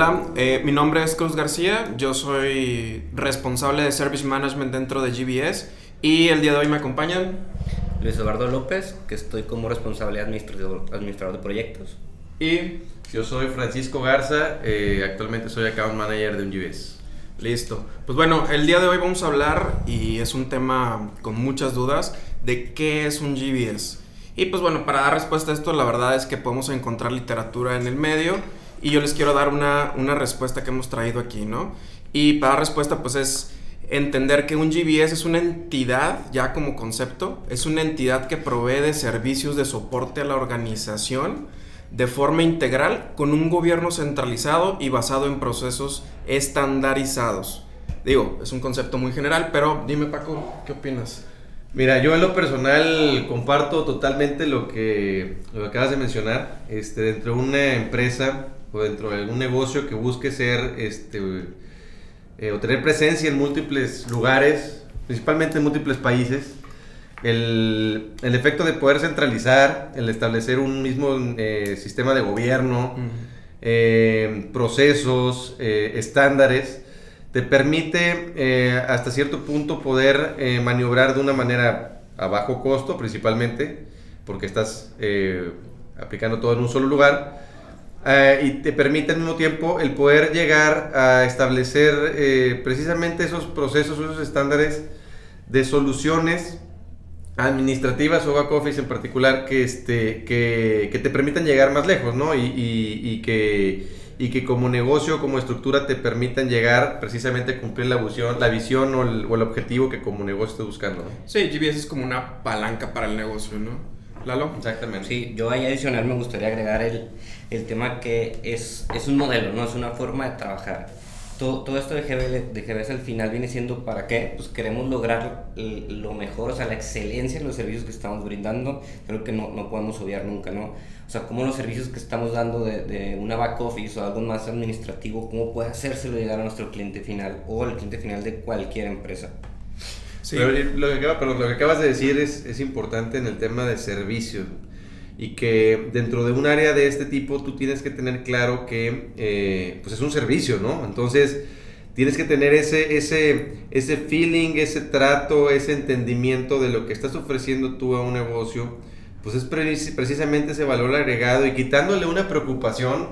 Hola, mi nombre es Cruz García, yo soy responsable de Service Management dentro de GBS y el día de hoy me acompañan Luis Eduardo López, que estoy como responsable administrador de proyectos. Y yo soy Francisco Garza, actualmente soy Account Manager de un GBS. Listo. Pues bueno, el día de hoy vamos a hablar, y es un tema con muchas dudas, de qué es un GBS. Y pues bueno, para dar respuesta a esto, la verdad es que podemos encontrar literatura en el medio y yo les quiero dar una respuesta que hemos traído aquí, ¿no? Y para dar respuesta, pues es entender que un GBS es una entidad, ya como concepto, es una entidad que provee de servicios de soporte a la organización de forma integral con un gobierno centralizado y basado en procesos estandarizados. Digo, es un concepto muy general, pero dime, Paco, ¿qué opinas? Mira, yo en lo personal comparto totalmente lo que acabas de mencionar. Dentro de una empresa o dentro de algún negocio que busque ser, o tener presencia en múltiples lugares, principalmente en múltiples países, el efecto de poder centralizar, el establecer un mismo sistema de gobierno, procesos, estándares, te permite hasta cierto punto poder maniobrar de una manera a bajo costo, principalmente porque estás aplicando todo en un solo lugar, y te permite al mismo tiempo el poder llegar a establecer precisamente esos procesos, esos estándares de soluciones administrativas o back office en particular que te permitan llegar más lejos, ¿no? Y que como negocio, como estructura te permitan llegar precisamente a cumplir la visión o el objetivo que como negocio estés buscando, ¿no? Sí, GBS es como una palanca para el negocio, ¿no? Lalo. Exactamente. Sí, yo ahí adicional me gustaría agregar el tema que es un modelo, ¿no? Es una forma de trabajar. Todo esto de GBS al final viene siendo ¿para qué? Pues queremos lograr lo mejor, o sea, la excelencia en los servicios que estamos brindando, creo que no podemos obviar nunca, ¿no? O sea, cómo los servicios que estamos dando de una back office o algo más administrativo, cómo puede hacérselo llegar a nuestro cliente final o al cliente final de cualquier empresa. Sí. Pero lo que acabas de decir es importante en el tema de servicios. Y que dentro de un área de este tipo tú tienes que tener claro que pues es un servicio, ¿no? Entonces tienes que tener ese feeling, ese trato, ese entendimiento de lo que estás ofreciendo tú a un negocio. Pues es precisamente ese valor agregado y quitándole una preocupación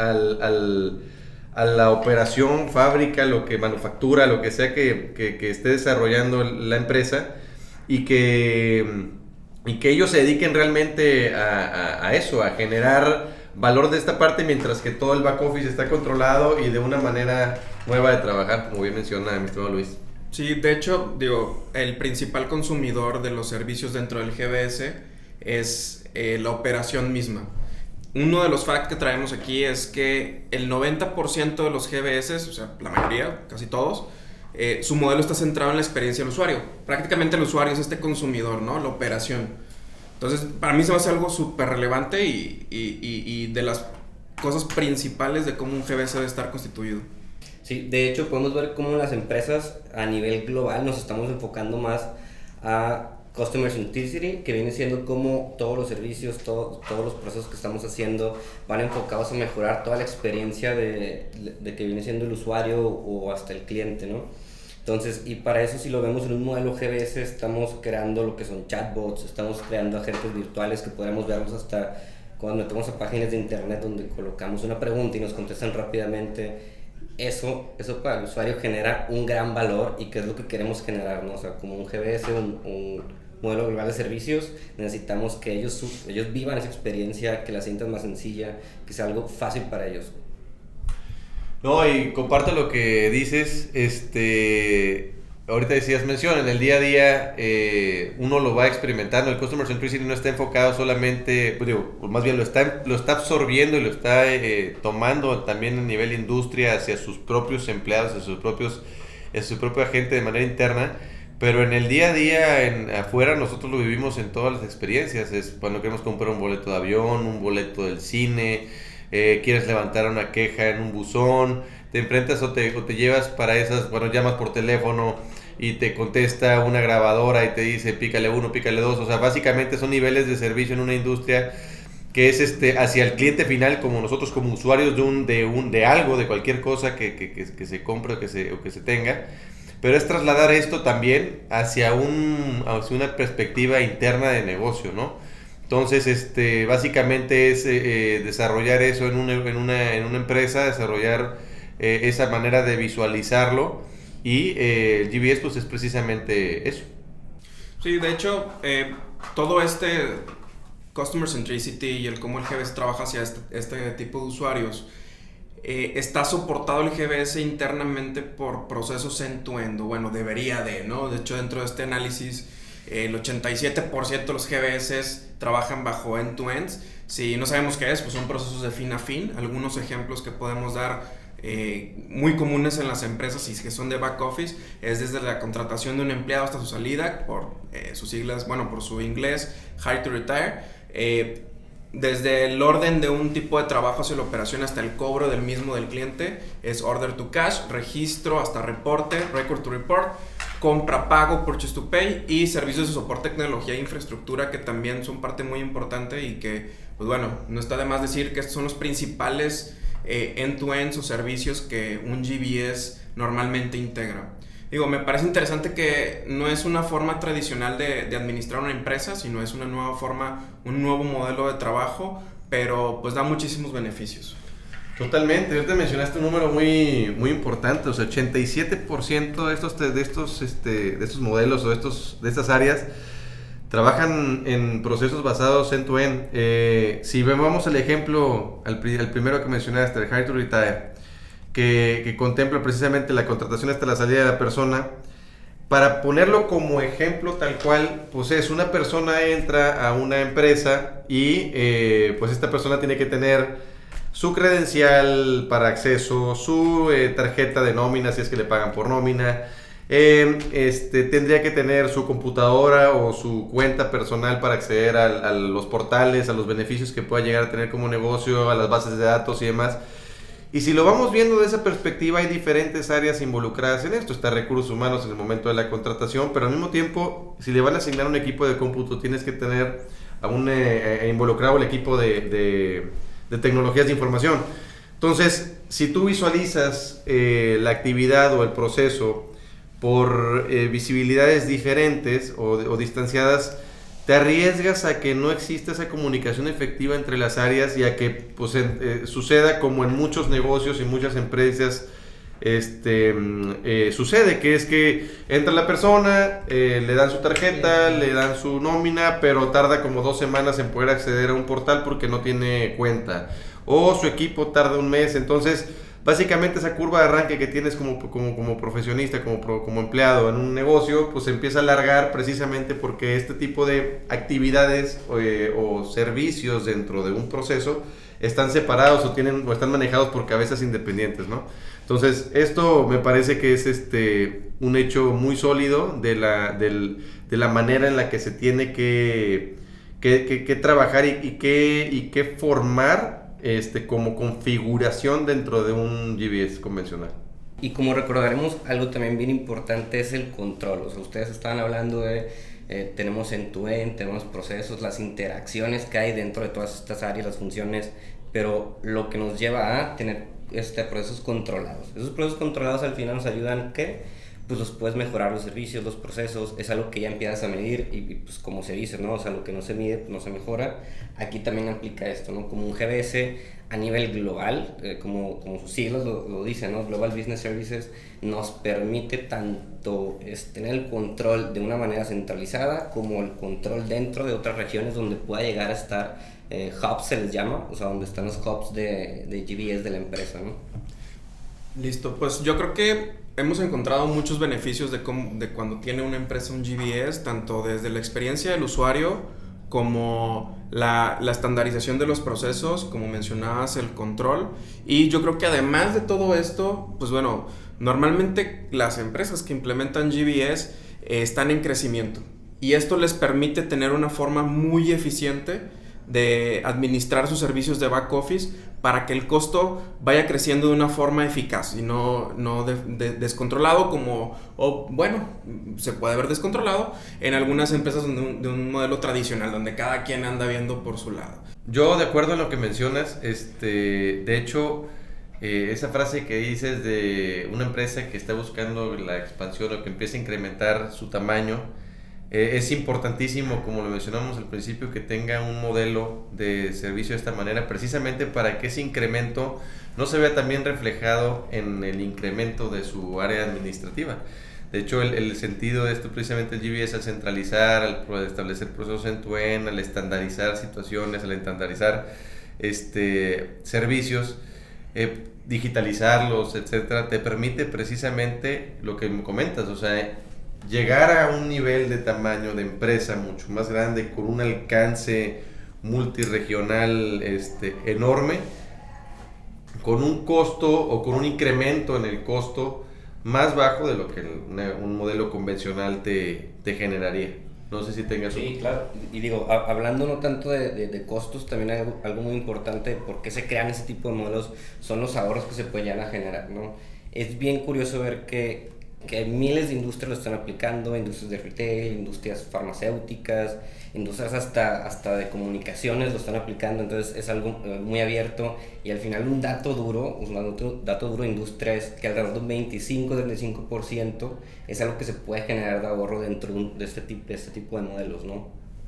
a la operación, fábrica, lo que manufactura, lo que sea que esté desarrollando la empresa y que ellos se dediquen realmente a eso, a generar valor de esta parte, mientras que todo el back office está controlado y de una manera nueva de trabajar, como bien menciona mi estimado Luis. Sí, de hecho, digo, el principal consumidor de los servicios dentro del GBS es la operación misma. Uno de los facts que traemos aquí es que el 90% de los GBS, o sea, la mayoría, casi todos, su modelo está centrado en la experiencia del usuario. Prácticamente el usuario es este consumidor, ¿no? La operación. Entonces, para mí se me hace algo súper relevante y de las cosas principales de cómo un GBS debe estar constituido. Sí, de hecho podemos ver cómo las empresas a nivel global nos estamos enfocando más a Customer Centricity, que viene siendo como todos los servicios, todos los procesos que estamos haciendo van enfocados a mejorar toda la experiencia de que viene siendo el usuario o hasta el cliente, ¿no? Entonces, y para eso si lo vemos en un modelo GBS, estamos creando lo que son chatbots, estamos creando agentes virtuales que podremos verlos hasta cuando metemos a páginas de internet donde colocamos una pregunta y nos contestan rápidamente. Eso para el usuario genera un gran valor y que es lo que queremos generar, ¿no? O sea, como un GBS, un modelo global de servicios, necesitamos que ellos vivan esa experiencia, que la sientan más sencilla, que sea algo fácil para ellos. No, y comparto lo que dices, ahorita decías, en el día a día uno lo va experimentando, el Customer Centricity no está enfocado solamente, más bien lo está absorbiendo y lo está tomando también a nivel industria hacia sus propios empleados, hacia su propio agente de manera interna, pero en el día a día, afuera, nosotros lo vivimos en todas las experiencias. Es cuando queremos comprar un boleto de avión, un boleto del cine, quieres levantar una queja en un buzón, te enfrentas o te llevas para esas, llamas por teléfono y te contesta una grabadora y te dice pícale 1, pícale 2, o sea, básicamente son niveles de servicio en una industria que es hacia el cliente final, como nosotros como usuarios de algo, de cualquier cosa que se compre o que se tenga, pero es trasladar esto también hacia una perspectiva interna de negocio, ¿no? Entonces, básicamente es desarrollar eso en una empresa, desarrollar esa manera de visualizarlo, y el GBS pues es precisamente eso. Sí, de hecho, todo Customer Centricity y el cómo el GBS trabaja hacia este tipo de usuarios, está soportado el GBS internamente por procesos end-to-end, o bueno, debería de, ¿no? De hecho, dentro de este análisis, el 87% de los GBS trabajan bajo end-to-end. Si no sabemos qué es, pues son procesos de fin a fin. Algunos ejemplos que podemos dar muy comunes en las empresas y que son de back office es desde la contratación de un empleado hasta su salida, por sus siglas, bueno, por su inglés, hire to retire, desde el orden de un tipo de trabajo hacia la operación hasta el cobro del mismo del cliente, es order to cash, registro hasta reporte, record to report, compra, pago, purchase to pay, y servicios de soporte, tecnología e infraestructura, que también son parte muy importante y que, pues bueno, no está de más decir que estos son los principales end-to-end o servicios que un GBS normalmente integra. Digo, me parece interesante que no es una forma tradicional de administrar una empresa, sino es una nueva forma, un nuevo modelo de trabajo, pero pues da muchísimos beneficios. Totalmente, ahorita mencionaste un número muy, muy importante, o sea, 87% de estos modelos o de estas áreas trabajan en procesos basados end-to-end. Si vemos el ejemplo, el primero que mencionaste, el hire to retire, que contempla precisamente la contratación hasta la salida de la persona, para ponerlo como ejemplo tal cual, pues es una persona entra a una empresa y pues esta persona tiene que tener su credencial para acceso, su tarjeta de nómina si es que le pagan por nómina, tendría que tener su computadora o su cuenta personal para acceder a los portales, a los beneficios que pueda llegar a tener como negocio, a las bases de datos y demás. Y si lo vamos viendo de esa perspectiva, hay diferentes áreas involucradas en esto. Está recursos humanos en el momento de la contratación, pero al mismo tiempo, si le van a asignar un equipo de cómputo, tienes que tener involucrado el equipo de tecnologías de información. Entonces, si tú visualizas la actividad o el proceso por visibilidades diferentes o distanciadas, te arriesgas a que no exista esa comunicación efectiva entre las áreas y a que pues, suceda como en muchos negocios y muchas empresas sucede, que es que entra la persona, le dan su tarjeta, le dan su nómina, pero tarda como 2 semanas en poder acceder a un portal porque no tiene cuenta, o su equipo tarda un mes. Entonces básicamente esa curva de arranque que tienes como profesionista, como empleado en un negocio, pues se empieza a alargar precisamente porque este tipo de actividades o servicios dentro de un proceso están separados o están manejados por cabezas independientes, ¿no? Entonces esto me parece que es un hecho muy sólido de la manera en la que se tiene que trabajar y que formar como configuración dentro de un GBS convencional. Y como recordaremos, algo también bien importante es el control. O sea, ustedes estaban hablando de tenemos end-to-end, tenemos procesos, las interacciones que hay dentro de todas estas áreas, las funciones, pero lo que nos lleva a tener procesos controlados. Esos procesos controlados al final nos ayudan pues los puedes mejorar los servicios, los procesos, es algo que ya empiezas a medir y pues como se dice, ¿no? O sea, lo que no se mide no se mejora. Aquí también aplica esto, ¿no? Como un GBS a nivel global, como sus siglas lo dicen, ¿no? Global Business Services nos permite tanto tener el control de una manera centralizada como el control dentro de otras regiones donde pueda llegar a estar hubs, se les llama, o sea, donde están los hubs de GBS de la empresa, ¿no? Listo, pues yo creo que hemos encontrado muchos beneficios de cuando tiene una empresa un GBS, tanto desde la experiencia del usuario como la estandarización de los procesos, como mencionabas, el control. Y yo creo que además de todo esto, pues bueno, normalmente las empresas que implementan GBS están en crecimiento. Y esto les permite tener una forma muy eficiente de administrar sus servicios de back office para que el costo vaya creciendo de una forma eficaz y no descontrolado como, o bueno, se puede ver descontrolado en algunas empresas de un modelo tradicional donde cada quien anda viendo por su lado. Yo, de acuerdo en lo que mencionas, de hecho, esa frase que dices de una empresa que está buscando la expansión o que empieza a incrementar su tamaño, es importantísimo, como lo mencionamos al principio, que tenga un modelo de servicio de esta manera, precisamente para que ese incremento no se vea también reflejado en el incremento de su área administrativa. De hecho, el sentido de esto, precisamente el GBS, al centralizar, al establecer procesos end-to-end, al estandarizar situaciones, al estandarizar servicios, digitalizarlos, etcétera, te permite precisamente lo que me comentas, o sea, llegar a un nivel de tamaño de empresa mucho más grande, con un alcance multirregional enorme, con un costo o con un incremento en el costo más bajo de lo que un modelo convencional te generaría. No sé si tengas... Sí, claro. Y digo, hablando no tanto de costos, también hay algo muy importante de por qué se crean ese tipo de modelos, son los ahorros que se pueden a generar, ¿no? Es bien curioso ver que miles de industrias lo están aplicando, industrias de retail, industrias farmacéuticas, industrias hasta de comunicaciones lo están aplicando, entonces es algo muy abierto y al final un dato duro de industria es que alrededor de un 25-35% es algo que se puede generar de ahorro dentro de este tipo de modelos, ¿no?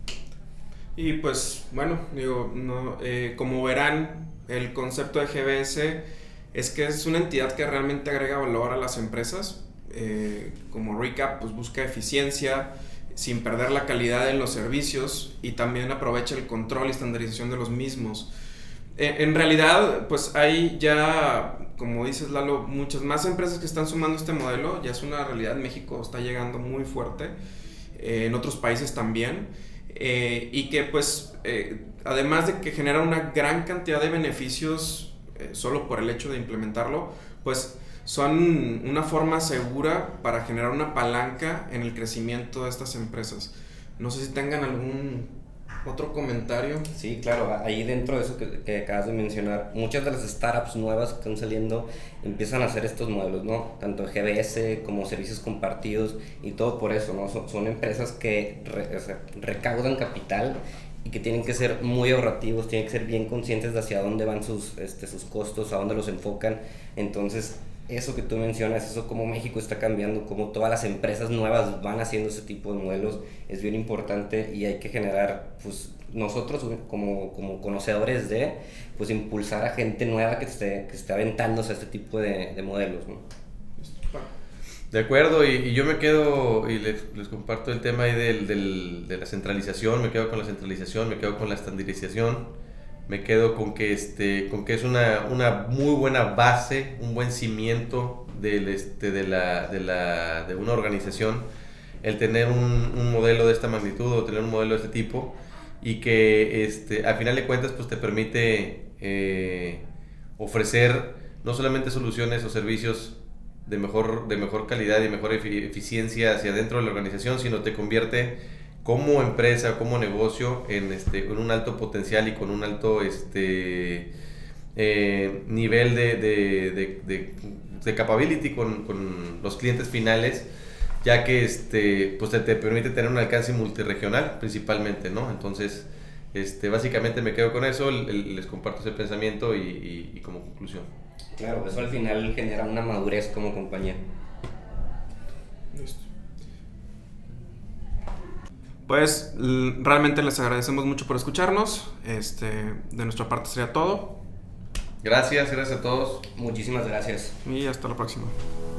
Y pues bueno, digo, no, como verán, el concepto de GBS es que es una entidad que realmente agrega valor a las empresas. Como recap, pues busca eficiencia sin perder la calidad de los servicios y también aprovecha el control y estandarización de los mismos. En realidad, pues hay ya, como dices Lalo, muchas más empresas que están sumando este modelo. Ya es una realidad en México, está llegando muy fuerte, en otros países también, y que pues además de que genera una gran cantidad de beneficios solo por el hecho de implementarlo, pues son una forma segura para generar una palanca en el crecimiento de estas empresas. No sé si tengan algún otro comentario. Sí, claro, ahí dentro de eso que acabas de mencionar, muchas de las startups nuevas que están saliendo empiezan a hacer estos modelos, ¿no? Tanto GBS como servicios compartidos y todo por eso, ¿no? Son empresas que recaudan capital y que tienen que ser muy ahorrativos, tienen que ser bien conscientes de hacia dónde van sus costos, a dónde los enfocan. Entonces, eso que tú mencionas, eso como México está cambiando, como todas las empresas nuevas van haciendo ese tipo de modelos, es bien importante y hay que generar, pues nosotros como conocedores pues impulsar a gente nueva que esté aventándose a este tipo de modelos, ¿no? De acuerdo, y yo me quedo y les comparto el tema ahí de la centralización, me quedo con la centralización, me quedo con la estandarización. Me quedo con que es una muy buena base, un buen cimiento de una organización, el tener un modelo de esta magnitud o tener un modelo de este tipo, y que a final de cuentas pues te permite ofrecer no solamente soluciones o servicios de mejor calidad y mejor eficiencia hacia dentro de la organización, sino te convierte como empresa, como negocio, con un alto potencial y con un alto nivel de capability con los clientes finales, ya que pues te permite tener un alcance multirregional principalmente, ¿no? Entonces, básicamente me quedo con eso, les comparto ese pensamiento y como conclusión. Claro, eso al final genera una madurez como compañía. Listo. Pues realmente les agradecemos mucho por escucharnos. De nuestra parte sería todo. Gracias a todos. Muchísimas gracias. Y hasta la próxima.